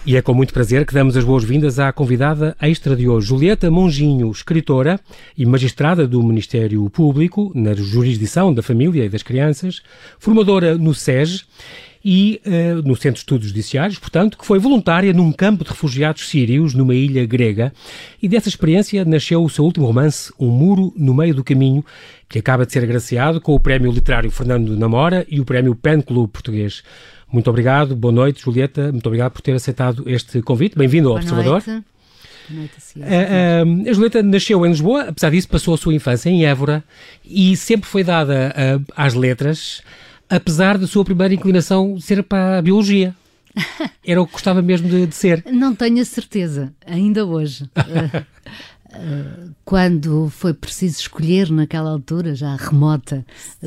E é com muito prazer que damos as boas-vindas à convidada extra de hoje, Julieta Monjinho, escritora e magistrada do Ministério Público, na jurisdição da família e das crianças, formadora no SES e no Centro de Estudos Judiciários, portanto, que foi voluntária num campo de refugiados sírios numa ilha grega, e dessa experiência nasceu o seu último romance, Um Muro no Meio do Caminho, que acaba de ser agraciado com o Prémio Literário Fernando Namora e o Prémio PEN Clube Português. Muito obrigado, boa noite, Julieta, muito obrigado por ter aceitado este convite. Bem-vindo ao Observador. Boa noite, sim. A Julieta nasceu em Lisboa, apesar disso passou a sua infância em Évora e sempre foi dada às letras, apesar da sua primeira inclinação ser para a biologia. Era o que gostava mesmo de ser. Não tenho a certeza, ainda hoje. Quando foi preciso escolher naquela altura, já remota,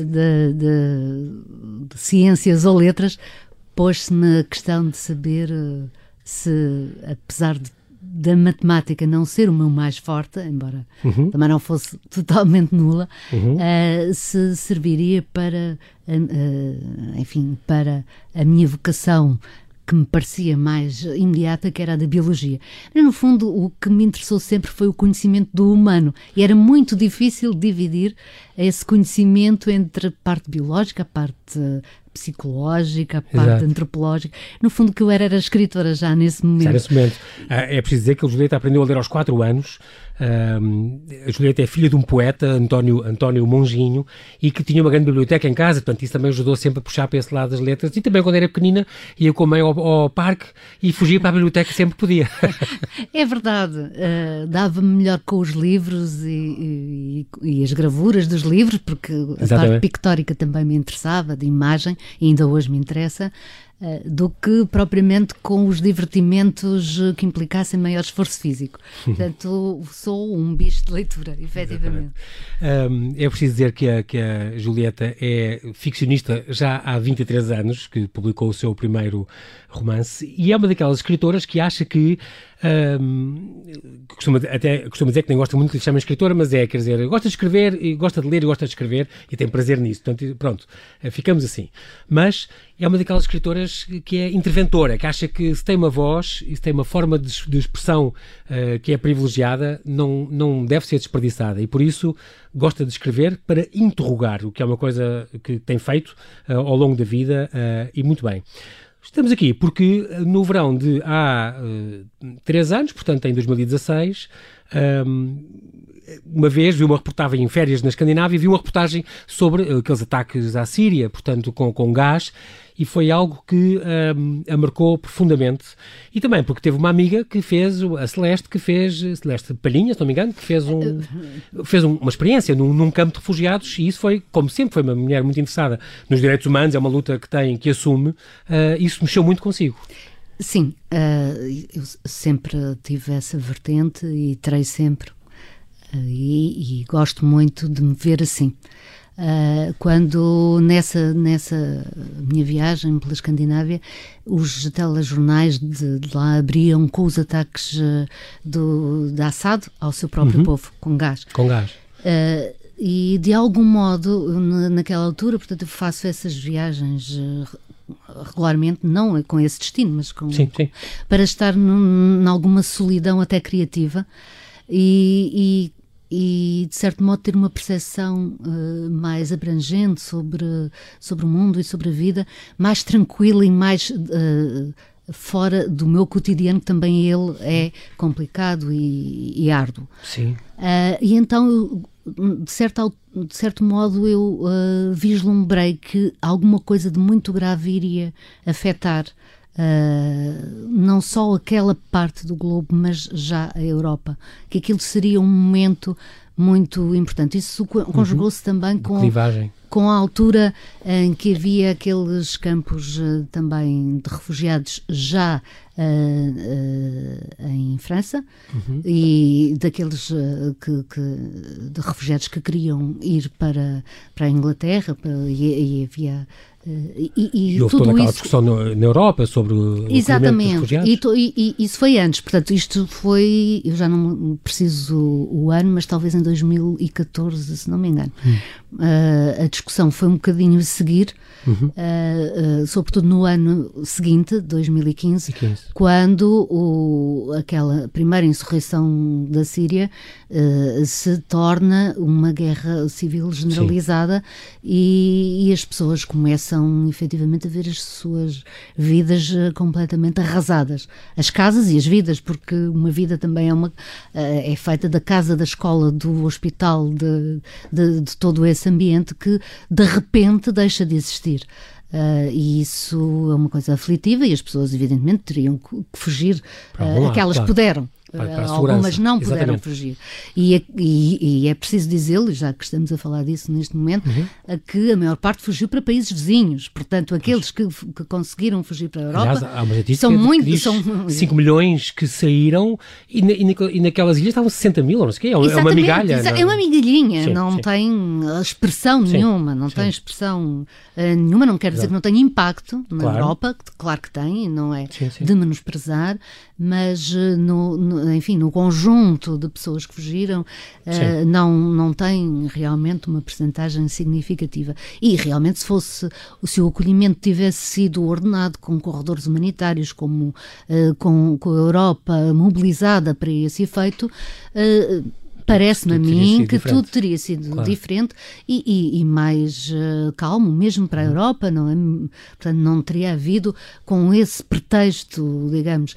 de ciências ou letras, pôs-se-me a questão de saber se, apesar da matemática não ser o meu mais forte, embora também não fosse totalmente nula, se serviria para, enfim, para a minha vocação, que me parecia mais imediata, que era a da biologia. Mas, no fundo, o que me interessou sempre foi o conhecimento do humano. E era muito difícil dividir esse conhecimento entre a parte biológica, a parte psicológica, a parte antropológica. No fundo, o que eu era escritora já nesse momento. Já nesse momento. É preciso dizer que a Julieta aprendeu a ler aos 4 anos. A Julieta é filha de um poeta, António Monjinho, e que tinha uma grande biblioteca em casa, portanto isso também ajudou sempre a puxar para esse lado das letras. E também quando era pequenina ia com a mãe ao parque e fugia para a biblioteca sempre que podia. É verdade, dava-me melhor com os livros e as gravuras dos livros, porque a parte pictórica também me interessava, de imagem, e ainda hoje me interessa, do que propriamente com os divertimentos que implicassem maior esforço físico. Portanto, sou um bicho de leitura, efetivamente. É preciso dizer que a Julieta é ficcionista já há 23 anos, que publicou o seu primeiro romance, e é uma daquelas escritoras que acha que costuma dizer que nem gosta muito que lhe chamem escritora, mas quer dizer, gosta de escrever, e gosta de ler e gosta de escrever e tem prazer nisso. Portanto, pronto, ficamos assim. Mas é uma daquelas escritoras que é interventora, que acha que se tem uma voz e se tem uma forma de expressão que é privilegiada, não deve ser desperdiçada, e por isso gosta de escrever para interrogar, o que é uma coisa que tem feito ao longo da vida, e muito bem. Estamos aqui porque no verão de há 3 anos, portanto em 2016, uma vez vi uma reportagem em férias na Escandinávia, vi uma reportagem sobre aqueles ataques à Síria, portanto com gás, e foi algo que a marcou profundamente. E também porque teve uma amiga que fez, a Celeste Palhinha, se não me engano, que fez uma experiência num campo de refugiados, e isso foi, como sempre, foi uma mulher muito interessada nos direitos humanos, é uma luta que assume, isso mexeu muito consigo. Sim, eu sempre tive essa vertente e terei sempre, e gosto muito de me ver assim. Quando nessa minha viagem pela Escandinávia, os telejornais de lá abriam com os ataques de Assad ao seu próprio povo, com gás. Com gás. E de algum modo, naquela altura, portanto, eu faço essas viagens regularmente, não com esse destino, mas para estar em alguma solidão até criativa e de certo modo ter uma percepção mais abrangente sobre o mundo e sobre a vida, mais tranquila e mais fora do meu cotidiano, que também ele é complicado e árduo. Sim. E então, de certo modo, eu vislumbrei que alguma coisa de muito grave iria afetar não só aquela parte do globo, mas já a Europa, que aquilo seria um momento muito importante. Isso conjugou-se também com a altura em que havia aqueles campos também de refugiados já em França, e daqueles de refugiados que queriam ir para a Inglaterra, e havia e houve toda aquela discussão na Europa sobre o exatamente, dos refugiados. E isso foi antes, portanto isto foi, eu já não preciso o ano, mas talvez em 2014, se não me engano. A discussão foi um bocadinho a seguir, sobretudo no ano seguinte, 2015, quando aquela primeira insurreição da Síria se torna uma guerra civil generalizada e as pessoas começam efetivamente a ver as suas vidas completamente arrasadas. As casas e as vidas, porque uma vida também é feita da casa, da escola, do hospital, de todo esse ambiente que de repente deixa de existir. E isso é uma coisa aflitiva e as pessoas evidentemente teriam que fugir, aquelas que puderam. Algumas não puderam fugir. E é preciso dizê-lo, já que estamos a falar disso neste momento, que a maior parte fugiu para países vizinhos. Portanto, aqueles que conseguiram fugir para a Europa, aliás, há uma estatística são muitos. 5 milhões que saíram e naquelas ilhas estavam 60 mil, não sei o quê. É uma migalha. É uma migalhinha, não tem expressão nenhuma, não tem expressão nenhuma, não quer dizer que não tenha impacto na Europa, claro que tem, não é de menosprezar, mas enfim, no conjunto de pessoas que fugiram, não tem realmente uma percentagem significativa. E realmente se o acolhimento tivesse sido ordenado com corredores humanitários, com a Europa mobilizada para esse efeito, parece-me a mim que tudo teria sido diferente e mais calmo, mesmo para a Europa, não é? Portanto, não teria havido, com esse pretexto, digamos,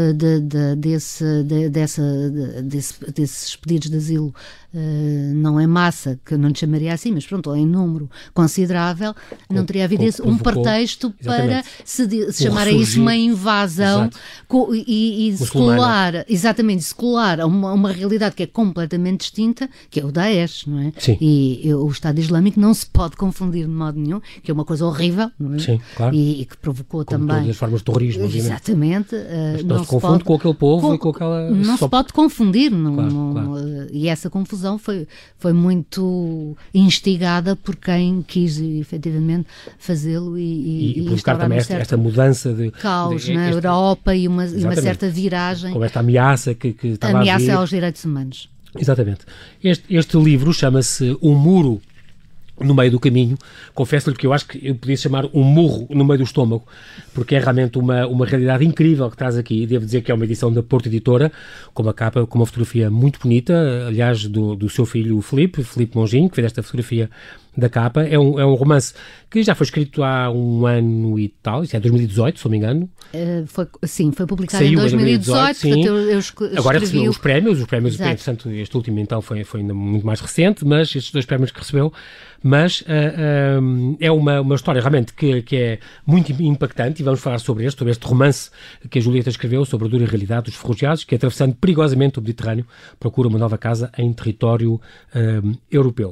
desses pedidos de asilo, não é massa, que eu não lhe chamaria assim, mas pronto, em número considerável, não teria havido um pretexto para se chamar a isso uma invasão e se colar a uma realidade que é completamente distinta, que é o Daesh, não é? Sim. E o Estado Islâmico não se pode confundir de modo nenhum, que é uma coisa horrível, não é? Sim, claro. E que provocou como também todas as formas de terrorismo, exatamente. Não se confunde com aquele povo e com aquela... Não se pode confundir, claro. E essa confusão foi muito instigada por quem quis efetivamente fazê-lo e provocar também esta mudança de caos na Europa e uma certa viragem. Com esta ameaça que estava a vir. Ameaça aos direitos humanos. Exatamente. Este livro chama-se Um Muro no Meio do Caminho. Confesso-lhe que eu acho que eu podia chamar um murro no meio do estômago, porque é realmente uma realidade incrível que traz aqui. Devo dizer que é uma edição da Porto Editora, com uma capa, com uma fotografia muito bonita, aliás, do seu filho Filipe Monjinho, que fez esta fotografia da capa. É um romance que já foi escrito há um ano e tal, isso é 2018, se não me engano. Foi publicado em 2018, sim. Eu agora recebeu os prémios, portanto, este último então foi ainda muito mais recente, mas estes 2 prémios que recebeu, mas é uma história realmente que é muito impactante, e vamos falar sobre este romance que a Julieta escreveu sobre a dura realidade dos refugiados, que atravessando perigosamente o Mediterrâneo, procura uma nova casa em território europeu.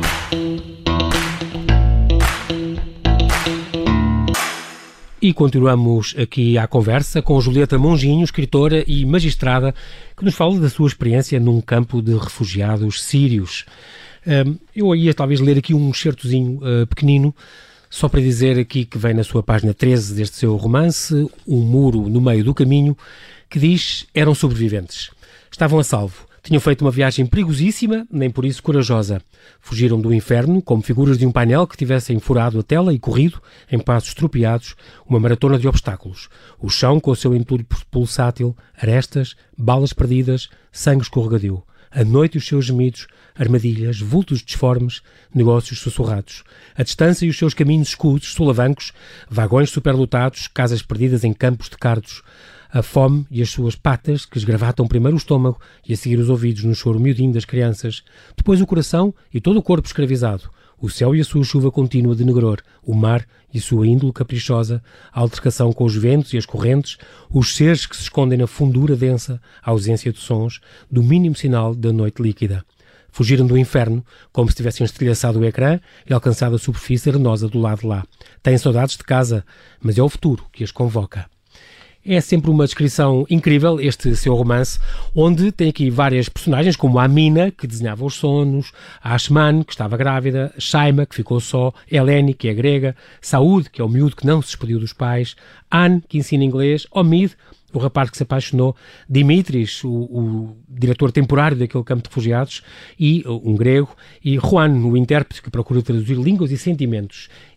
E continuamos aqui à conversa com Julieta Monjinho, escritora e magistrada, que nos fala da sua experiência num campo de refugiados sírios. Eu ia talvez ler aqui um excertozinho pequenino, só para dizer aqui que vem na sua página 13 deste seu romance, Um Muro no Meio do Caminho, que diz: eram sobreviventes. Estavam a salvo. Tinham feito uma viagem perigosíssima, nem por isso corajosa. Fugiram do inferno, como figuras de um painel que tivessem furado a tela e corrido, em passos estropiados, uma maratona de obstáculos. O chão com o seu entulho pulsátil, arestas, balas perdidas, sangue escorregadio. A noite e os seus gemidos, armadilhas, vultos disformes, negócios sussurrados. A distância e os seus caminhos escuros, solavancos, vagões superlotados, casas perdidas em campos de cardos. A fome e as suas patas que esgravatam primeiro o estômago e a seguir os ouvidos no choro miudinho das crianças, depois o coração e todo o corpo escravizado, o céu e a sua chuva contínua de negror, o mar e a sua índole caprichosa, a altercação com os ventos e as correntes, os seres que se escondem na fundura densa, a ausência de sons, do mínimo sinal da noite líquida. Fugiram do inferno, como se tivessem estilhaçado o ecrã e alcançado a superfície arenosa do lado de lá. Têm saudades de casa, mas é o futuro que as convoca. É sempre uma descrição incrível, este seu romance, onde tem aqui várias personagens, como a Amina, que desenhava os sonhos, a Ashman, que estava grávida, Shaima, que ficou só, Eleni, que é grega, Saúd, que é o miúdo que não se despediu dos pais, Anne, que ensina inglês, Omid, o rapaz que se apaixonou, Dimitris, o diretor temporário daquele campo de refugiados, e um grego, e Juan, o intérprete que procura traduzir línguas e sentimentos.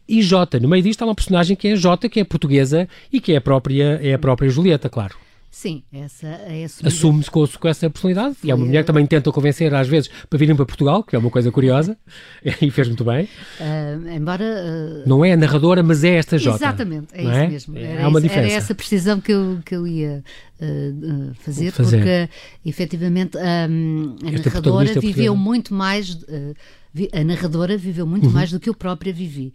e Jota. No meio disto há uma personagem que é Jota, que é portuguesa e que é a própria Julieta, claro. Sim, essa é assume-se com essa personalidade e é uma mulher que também tenta convencer às vezes para virem para Portugal, que é uma coisa curiosa e fez muito bem. Embora... Não é a narradora, mas é esta Jota. Exatamente, é isso mesmo. Há uma diferença. Era essa precisão que eu ia fazer, porque efetivamente a narradora viveu muito mais... A narradora viveu muito mais do que eu própria vivi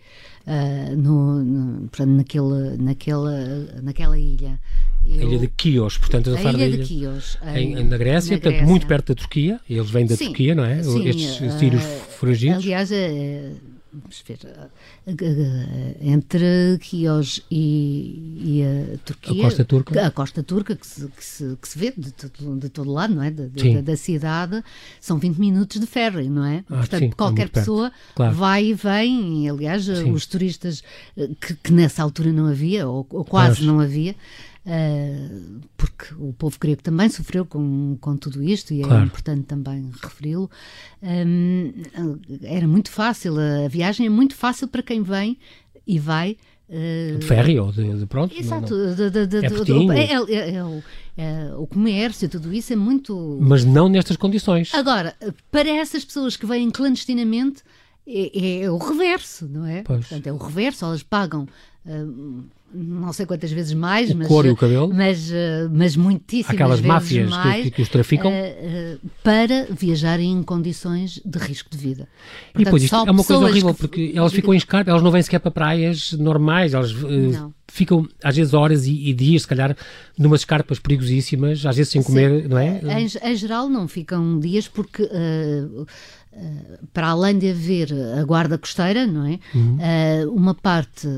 naquela ilha. A ilha de Quíos, portanto, a ilha de Quíos, na Grécia, portanto, muito perto da Turquia. Eles vêm da Turquia, não é? Sim, estes sírios foragidos. Aliás, vamos ver, entre Quíos e a Turquia, a costa turca que se vê de todo lado, não é? Da cidade, são 20 minutos de ferry, não é? Portanto, sim, qualquer pessoa vai e vem, e, aliás, os turistas que nessa altura não havia, ou quase não havia, porque o povo grego também sofreu com tudo isto e é importante também referi-lo. Era muito fácil, a viagem é muito fácil para quem vem e vai de ferry ou de pronto. Exato, é o comércio, tudo isso é muito... Mas não nestas condições. Agora, para essas pessoas que vêm clandestinamente é o reverso, não é? Pois. Portanto, é o reverso, elas pagam não sei quantas vezes mais, o couro e o cabelo, mas muitíssimas aquelas vezes máfias mais que os traficam para viajarem em condições de risco de vida. Portanto, e depois isto é uma coisa horrível porque elas ficam em escarpa, elas não vêm sequer para praias normais, elas ficam às vezes horas e dias, se calhar, numas escarpas perigosíssimas, às vezes sem comer, não é? Em geral não ficam dias porque para além de haver a guarda costeira, não é? Uma parte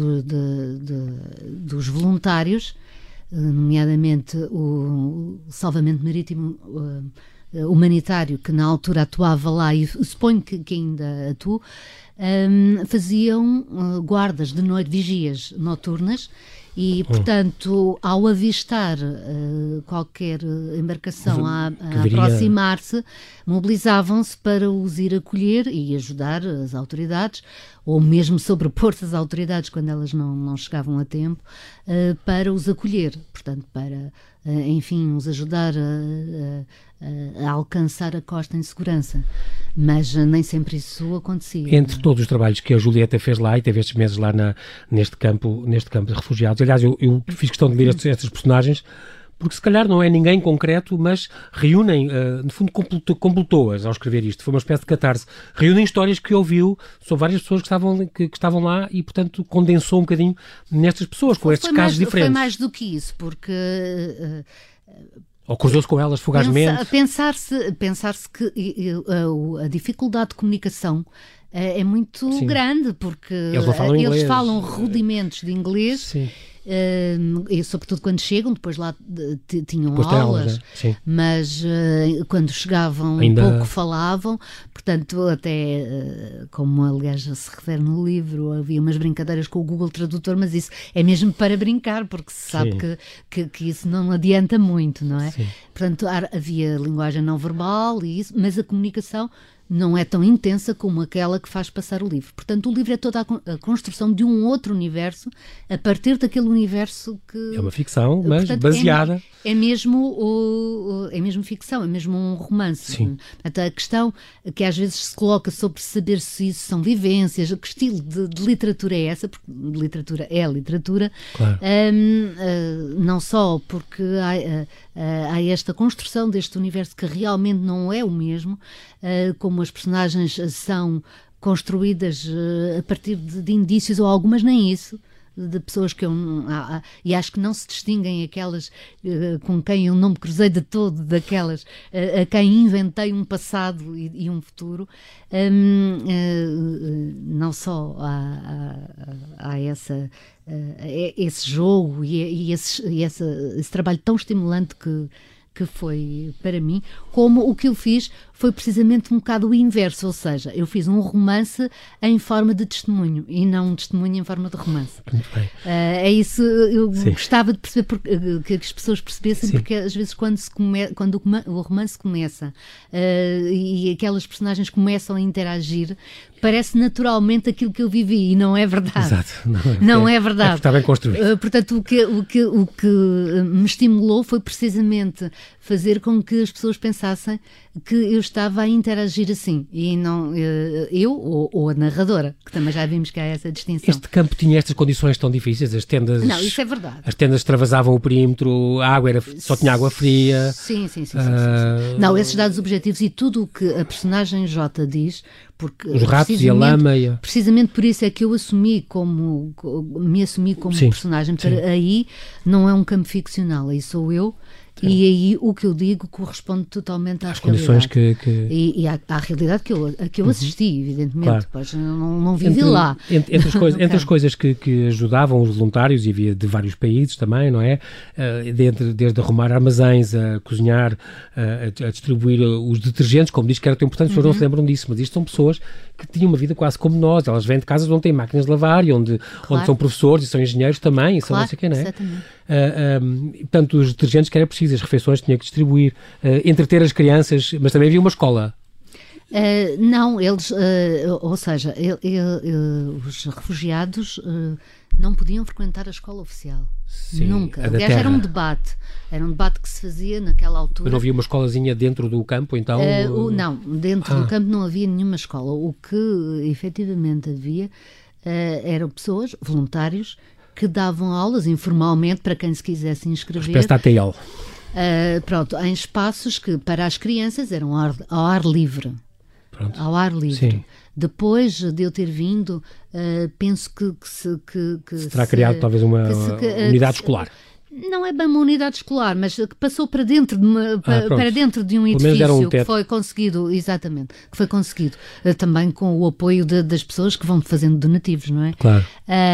dos voluntários, nomeadamente o salvamento marítimo humanitário, que na altura atuava lá e suponho que ainda atua, faziam guardas de noite, vigias noturnas. E, portanto, ao avistar qualquer embarcação a aproximar-se, mobilizavam-se para os ir acolher e ajudar as autoridades, ou mesmo sobrepor-se às autoridades quando elas não chegavam a tempo, para os acolher. Portanto, para, enfim, os ajudar a alcançar a costa em segurança. Mas nem sempre isso acontecia. Entre todos os trabalhos que a Julieta fez lá e teve estes meses lá neste campo de refugiados, aliás, eu fiz questão de ler estes personagens, porque se calhar não é ninguém concreto, mas reúnem, no fundo, completou-as ao escrever isto. Foi uma espécie de catarse. Reúnem histórias que ouviu sobre várias pessoas que estavam lá e, portanto, condensou um bocadinho nestas pessoas, com estes casos diferentes. Foi mais do que isso, porque... Ou cruzou-se com elas fugazmente. Pensar-se que a dificuldade de comunicação é muito grande, porque eles falam rudimentos de inglês. Sim. E sobretudo quando chegam, depois lá tinham depois aulas, né? Mas quando chegavam pouco falavam, portanto até como aliás já se refere no livro, havia umas brincadeiras com o Google Tradutor, mas isso é mesmo para brincar, porque se sabe que isso não adianta muito, não é? Sim. Portanto havia linguagem não verbal e isso, mas a comunicação não é tão intensa como aquela que faz passar o livro. Portanto, o livro é toda a construção de um outro universo, a partir daquele universo que... É uma ficção, mas portanto, baseada... É mesmo ficção, é mesmo um romance. Sim. Portanto, a questão que às vezes se coloca sobre saber se isso são vivências, que estilo de literatura é essa, porque literatura é literatura, claro. Não só porque há esta construção deste universo que realmente não é o mesmo, como as personagens são construídas a partir de indícios, ou algumas nem isso, de pessoas que e acho que não se distinguem aquelas com quem eu não me cruzei de todo, daquelas a quem inventei um passado e um futuro. Não só há esse jogo e esse trabalho tão estimulante que foi para mim, como o que eu fiz foi precisamente um bocado o inverso, ou seja, eu fiz um romance em forma de testemunho e não um testemunho em forma de romance. Muito bem. É isso, eu gostava de perceber que as pessoas percebessem, porque às vezes quando o romance começa e aquelas personagens começam a interagir, parece naturalmente aquilo que eu vivi e não é verdade. Exato. Não é verdade. Está bem construído. Portanto, o que me estimulou foi precisamente fazer com que as pessoas pensassem que eu estava a interagir assim, e não eu ou a narradora, que também já vimos que há essa distinção. Este campo tinha estas condições tão difíceis, as tendas... Não, isso é verdade. As tendas extravasavam o perímetro, a água só tinha água fria... Sim. Não, esses dados objetivos e tudo o que a personagem J diz, porque... Os ratos e a lama Precisamente por isso é que eu me assumi como personagem, para aí não é um campo ficcional, aí sou eu. E aí o que eu digo corresponde totalmente às condições e à realidade que eu assisti, evidentemente, claro. Pois não vivi lá. Entre as coisas que ajudavam os voluntários, e havia de vários países também, não é? Desde arrumar armazéns, a cozinhar, a distribuir os detergentes, como diz que era tão importante, as pessoas não se lembram disso, mas isto são pessoas que tinham uma vida quase como nós, elas vêm de casas onde têm máquinas de lavar e onde são professores e são engenheiros também, e são não sei quem, não é? Exatamente. Portanto, os detergentes que era preciso, as refeições tinha que distribuir, entreter as crianças, mas também havia uma escola. Não, eles, ou seja, os refugiados não podiam frequentar a escola oficial. Sim, nunca. Aliás, era um debate que se fazia naquela altura. Mas não havia uma escolazinha dentro do campo, então? Não, dentro do campo não havia nenhuma escola. O que efetivamente havia eram pessoas, voluntários, que davam aulas informalmente para quem se quisesse inscrever. Uma espécie de ATL. Em espaços que para as crianças eram ao ar livre. Pronto. Ao ar livre. Sim. Depois de eu ter vindo, penso que se terá criado talvez uma unidade escolar. Não é bem uma unidade escolar, mas que passou para dentro de, para dentro de um edifício que foi conseguido, exatamente, que foi conseguido também com o apoio das pessoas que vão fazendo donativos, não é? Claro.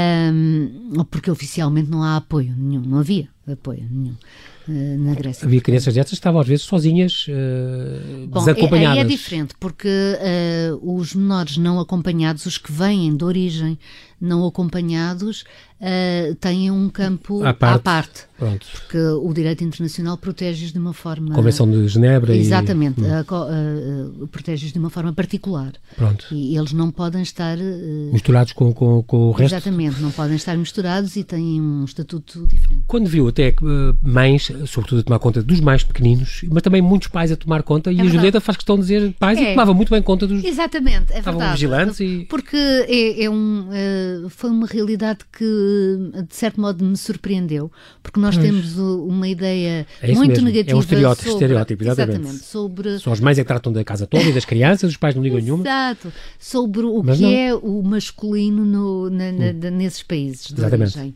Porque oficialmente não há apoio nenhum, não havia apoio nenhum na Grécia. Havia crianças dessas que estavam às vezes sozinhas, desacompanhadas. Aí é diferente, porque os menores não acompanhados, os que vêm de origem não acompanhados, têm um campo à parte. Pronto. Porque o direito internacional protege-os de uma forma... Convenção de Genebra. Exatamente, protege-os de uma forma particular. Pronto. E eles não podem estar... misturados com o resto. Exatamente, não podem estar misturados e têm um estatuto diferente. Quando viu até mães, sobretudo a tomar conta dos mais pequeninos, mas também muitos pais a tomar conta, e a Julieta faz questão de dizer pais e tomava muito bem conta dos... Exatamente, é estavam verdade. vigilantes e... Porque foi uma realidade que, de certo modo, me surpreendeu, porque nós temos uma ideia muito mesmo. negativa. É um estereótipo, exatamente. Só as mães é que tratam da casa toda e das crianças, os pais não ligam nenhuma. Exato, sobre o que é o masculino nesses países de origem.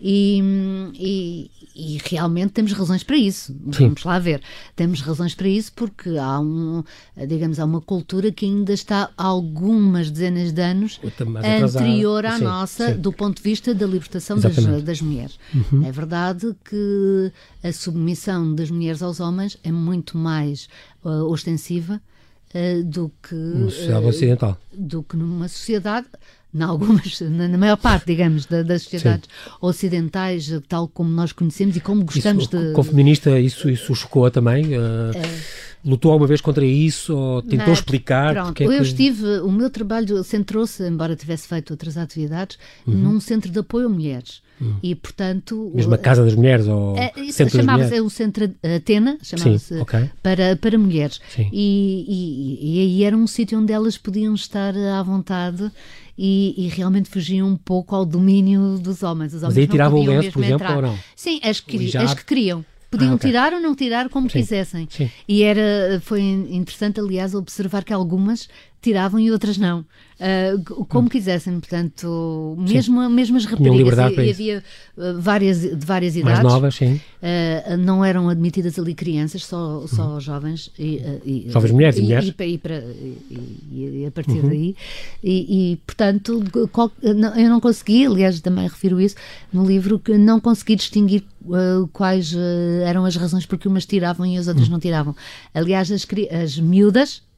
E realmente temos razões para isso. Sim. Vamos lá ver. Temos razões para isso porque há uma cultura que ainda está há algumas dezenas de anos anterior à nossa, do ponto de vista da libertação das mulheres. É verdade que a submissão das mulheres aos homens é muito mais ostensiva do que numa sociedade ocidental. Do que numa sociedade... Na maior parte, digamos, das sociedades ocidentais, tal como nós conhecemos e como gostamos de... Como feminista, isso chocou também? Lutou alguma vez contra isso ou tentou explicar? Pronto, o meu trabalho centrou-se, embora tivesse feito outras atividades, num centro de apoio a mulheres. E, portanto... Mesmo a Casa das Mulheres ou Centro das Mulheres? O Centro Atena, chamava-se para mulheres. Sim. E aí era um sítio onde elas podiam estar à vontade e realmente fugiam um pouco ao domínio dos homens. Os homens mas aí tiravam o lenço, por exemplo, entrar. ou não? Sim, as que queriam. Podiam tirar ou não tirar como quisessem. Sim. E foi interessante, aliás, observar que algumas tiravam e outras não. Como quisessem, portanto, mesmo as raparigas, e havia de várias idades. Mais novas, sim. Não eram admitidas ali crianças, só jovens. Jovens mulheres e mulheres. E a partir daí. E, portanto, eu não consegui, aliás, também refiro isso no livro, que não consegui distinguir quais eram as razões porque umas tiravam e as outras não tiravam. Aliás, as miúdas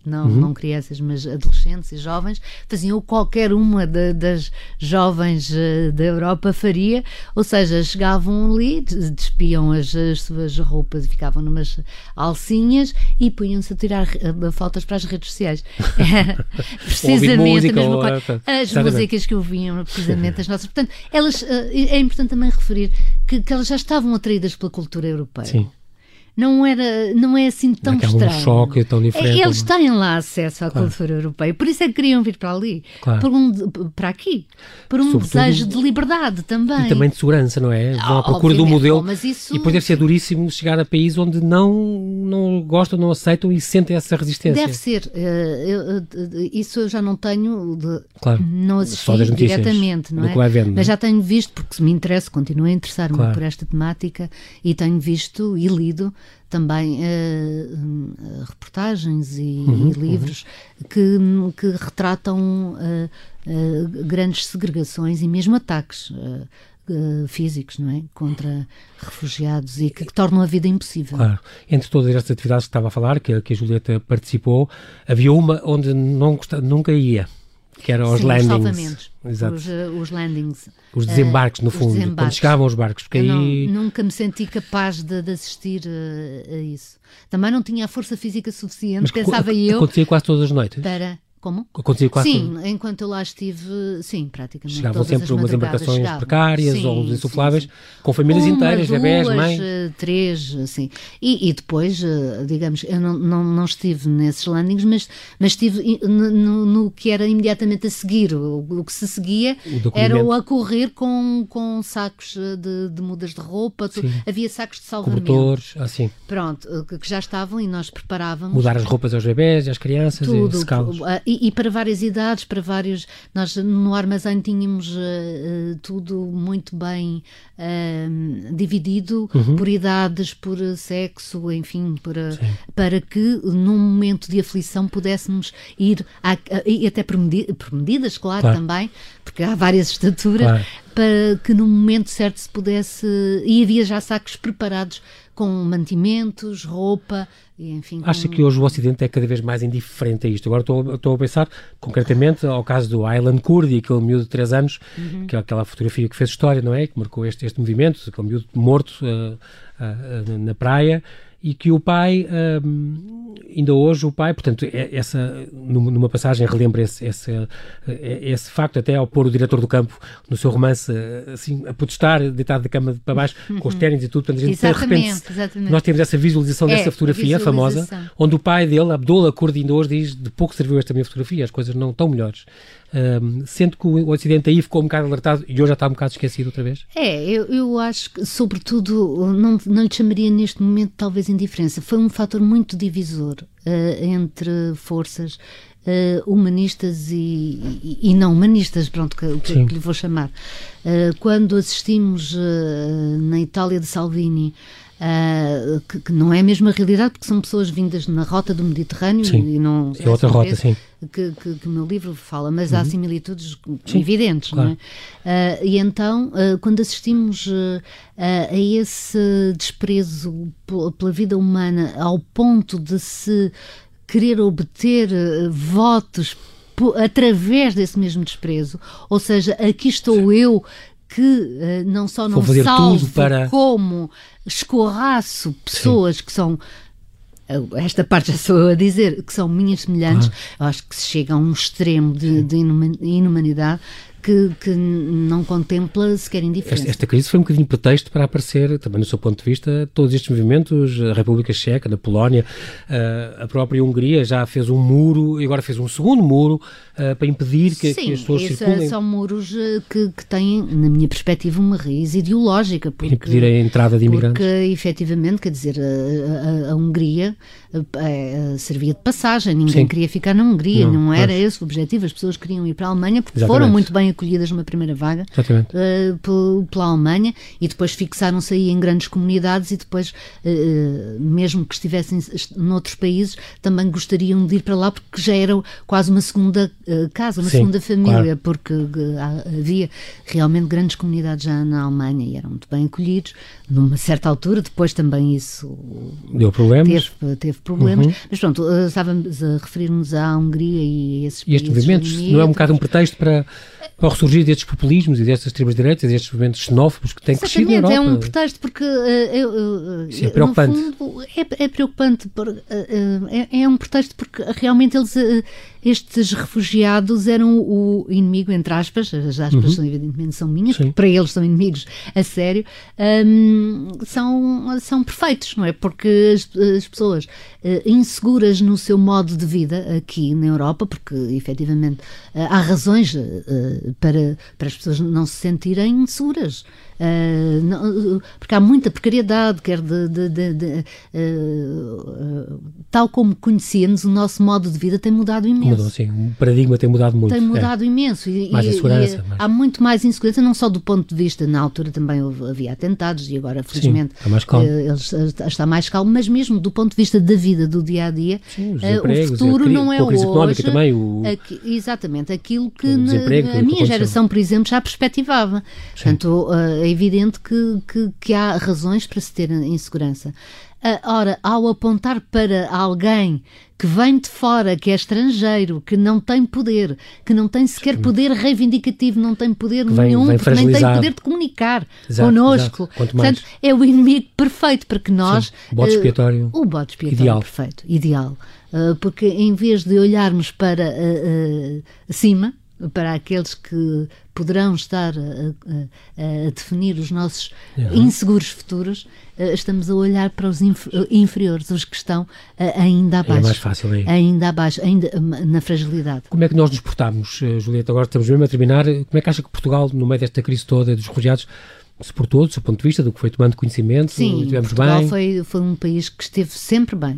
não crianças, mas adolescentes e jovens, faziam o que qualquer uma das jovens da Europa faria, ou seja, chegavam ali, despiam as suas roupas e ficavam numas alcinhas e punham-se a tirar fotos para as redes sociais. Precisamente a mesma coisa. As músicas que ouviam, precisamente as nossas. Portanto, elas, é importante também referir que elas já estavam atraídas pela cultura europeia. Sim. Não é assim tão estranho. Um choque tão diferente. Eles têm lá acesso à cultura europeia, por isso é que queriam vir para ali, para aqui, por um desejo de liberdade também. E também de segurança, não é? Vão à procura do modelo. Mas isso... E depois deve ser duríssimo chegar a países onde não gostam, não aceitam e sentem essa resistência. Deve ser. Isso eu já não tenho, não assisti diretamente, não é? Que vai vendo, mas já tenho visto, porque me interessa, continuo a interessar-me por esta temática e tenho visto e lido também reportagens e livros que retratam grandes segregações e mesmo ataques físicos, não é? Contra refugiados e que tornam a vida impossível. Claro. Entre todas estas atividades que estava a falar, que a Julieta participou, havia uma onde nunca ia, que era os landings. Exato. Os landings. Os desembarques, no fundo, quando chegavam os barcos. Porque aí... nunca me senti capaz de assistir a isso. Também não tinha a força física suficiente, mas pensava eu... Acontecia quase todas as noites? Como? Acontecia quase sim, enquanto eu lá estive, sim, praticamente chegavam todas sempre umas embarcações precárias sim, ou insufláveis, com famílias inteiras, bebés, mães. 3, assim. E depois, digamos, eu não estive nesses landings, mas estive no que era imediatamente a seguir. O que se seguia era o a correr com sacos de mudas de roupa, havia sacos de salvamento. Cobertores, assim. Pronto, que já estavam e nós preparávamos. Mudar as roupas aos bebés e às crianças tudo, e secá-los. E para várias idades, para vários... Nós no armazém tínhamos tudo muito bem dividido por idades, por sexo, enfim, para que num momento de aflição pudéssemos ir, e até por medidas, claro, também, porque há várias estaturas, para que no momento certo se pudesse... E havia já sacos preparados com mantimentos, roupa, e enfim... Acha que hoje o Ocidente é cada vez mais indiferente a isto? Agora estou a pensar concretamente ao caso do Aylan Kurdi, aquele miúdo de 3 anos, que é aquela fotografia que fez história, não é? Que marcou este movimento, aquele miúdo morto na praia, e que o pai, ainda hoje o pai, portanto, numa passagem relembra esse facto, até ao pôr o diretor do campo no seu romance, assim, a protestar, deitado da cama para baixo, com os ténis e tudo, portanto, a gente de repente, nós temos essa visualização dessa fotografia famosa, onde o pai dele, Abdullah Kurdi, ainda hoje diz, de pouco serviu esta minha fotografia, as coisas não estão melhores. Sendo que o Ocidente aí ficou um bocado alertado e hoje já está um bocado esquecido outra vez? Eu acho que, sobretudo, não lhe chamaria neste momento talvez indiferença. Foi um fator muito divisor entre forças humanistas e não humanistas, pronto, que lhe vou chamar. Quando assistimos na Itália de Salvini, que não é a mesma realidade, porque são pessoas vindas na rota do Mediterrâneo e não é outra rota, sim. Que o meu livro fala, mas há similitudes evidentes, claro. Não é? E então, quando assistimos a esse desprezo pela vida humana ao ponto de se querer obter votos através desse mesmo desprezo, ou seja, aqui estou eu que não só não salvo, como escorraço pessoas que são, esta parte já sou eu a dizer, que são minhas semelhantes, eu acho que se chega a um extremo de inumanidade que não contempla sequer indiferença. Esta crise foi um bocadinho pretexto para aparecer, também no seu ponto de vista, todos estes movimentos, a República Checa, na Polónia, a própria Hungria já fez um muro e agora fez um segundo muro para impedir que as pessoas circulem. São muros que têm, na minha perspectiva, uma raiz ideológica. Para impedir a entrada de imigrantes. Porque, efetivamente, quer dizer, a Hungria servia de passagem, ninguém queria ficar na Hungria, não era esse o objetivo, as pessoas queriam ir para a Alemanha porque foram muito bem acolhidas numa primeira vaga Exatamente. Pela Alemanha, e depois fixaram-se aí em grandes comunidades, e depois, mesmo que estivessem noutros países, também gostariam de ir para lá, porque já era quase uma segunda casa, uma segunda família, claro. Porque havia realmente grandes comunidades já na Alemanha e eram muito bem acolhidos. Numa certa altura, depois também isso deu problemas. Teve problemas, mas pronto, estávamos a referir-nos à Hungria e a esses países. E estes movimentos, não é um bocado um pretexto para o ressurgir destes populismos e destas extremas-direitas, destes movimentos xenófobos que têm crescido na Europa? É um pretexto porque é preocupante. No fundo, é preocupante, é um pretexto porque realmente estes refugiados eram o inimigo, entre aspas, as aspas são, evidentemente são minhas, porque para eles são inimigos a sério, são perfeitos, não é? Porque as pessoas inseguras no seu modo de vida aqui na Europa, porque efetivamente há razões para as pessoas não se sentirem seguras. Porque há muita precariedade, tal como conhecíamos, o nosso modo de vida tem mudado imenso. Mudou, sim. O paradigma tem mudado muito. Tem mudado imenso. Mais insegurança. Há muito mais insegurança, não só do ponto de vista, na altura também havia atentados e agora, felizmente, está mais calmo. Está mais calmo, mas mesmo do ponto de vista da vida, do dia-a-dia, o futuro não é hoje. Económica também. Exatamente, aquilo que a minha geração, por exemplo, já perspectivava. Portanto, é evidente que há razões para se ter insegurança. Ora, ao apontar para alguém que vem de fora, que é estrangeiro, que não tem poder, que não tem sequer poder reivindicativo, não tem poder nenhum, porque nem tem poder de comunicar connosco. Portanto, é o inimigo perfeito para que nós... o bode expiatório. O bode expiatório perfeito, ideal. Porque em vez de olharmos para cima, para aqueles que poderão estar a definir os nossos inseguros futuros, estamos a olhar para os inferiores, os que estão ainda abaixo. É mais fácil aí. Ainda abaixo, ainda na fragilidade. Como é que nós nos portamos, Julieta? Agora estamos mesmo a terminar. Como é que acha que Portugal, no meio desta crise toda dos refugiados, se portou, do seu ponto de vista, do que foi tomando conhecimento? Sim, tivemos Portugal bem? Foi um país que esteve sempre bem.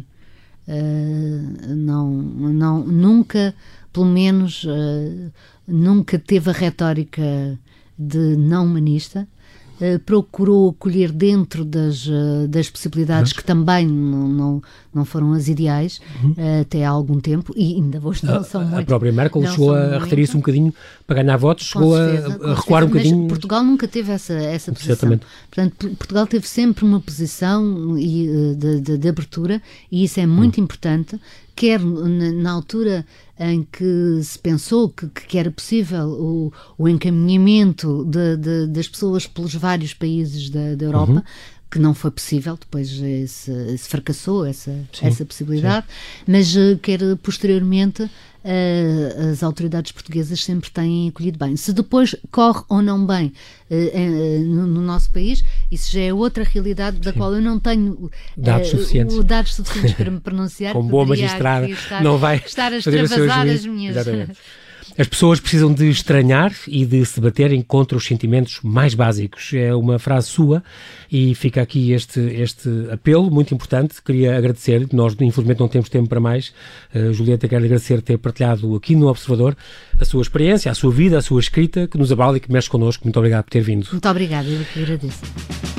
Nunca, pelo menos, nunca teve a retórica de não humanista, procurou acolher dentro das possibilidades que também não foram as ideais até há algum tempo, e ainda hoje não são muito. A própria Merkel chegou a referir-se um bocadinho para ganhar votos, chegou a recuar um bocadinho. Mas Portugal nunca teve essa posição. Exatamente. Portanto, Portugal teve sempre uma posição de abertura, e isso é muito importante, quer na altura em que se pensou que era possível o encaminhamento das pessoas pelos vários países da Europa, que não foi possível, depois se fracassou essa possibilidade, mas quer posteriormente as autoridades portuguesas sempre têm acolhido bem. Se depois corre ou não bem no nosso país, isso já é outra realidade da qual eu não tenho dados suficientes para me pronunciar. Como boa magistrada, não vai estar a extravasar as minhas... Exatamente. As pessoas precisam de estranhar e de se baterem contra os sentimentos mais básicos. É uma frase sua e fica aqui este apelo muito importante. Queria agradecer, nós infelizmente não temos tempo para mais. Julieta, quero agradecer ter partilhado aqui no Observador a sua experiência, a sua vida, a sua escrita, que nos abala e que mexe connosco. Muito obrigado por ter vindo. Muito obrigada, eu que agradeço.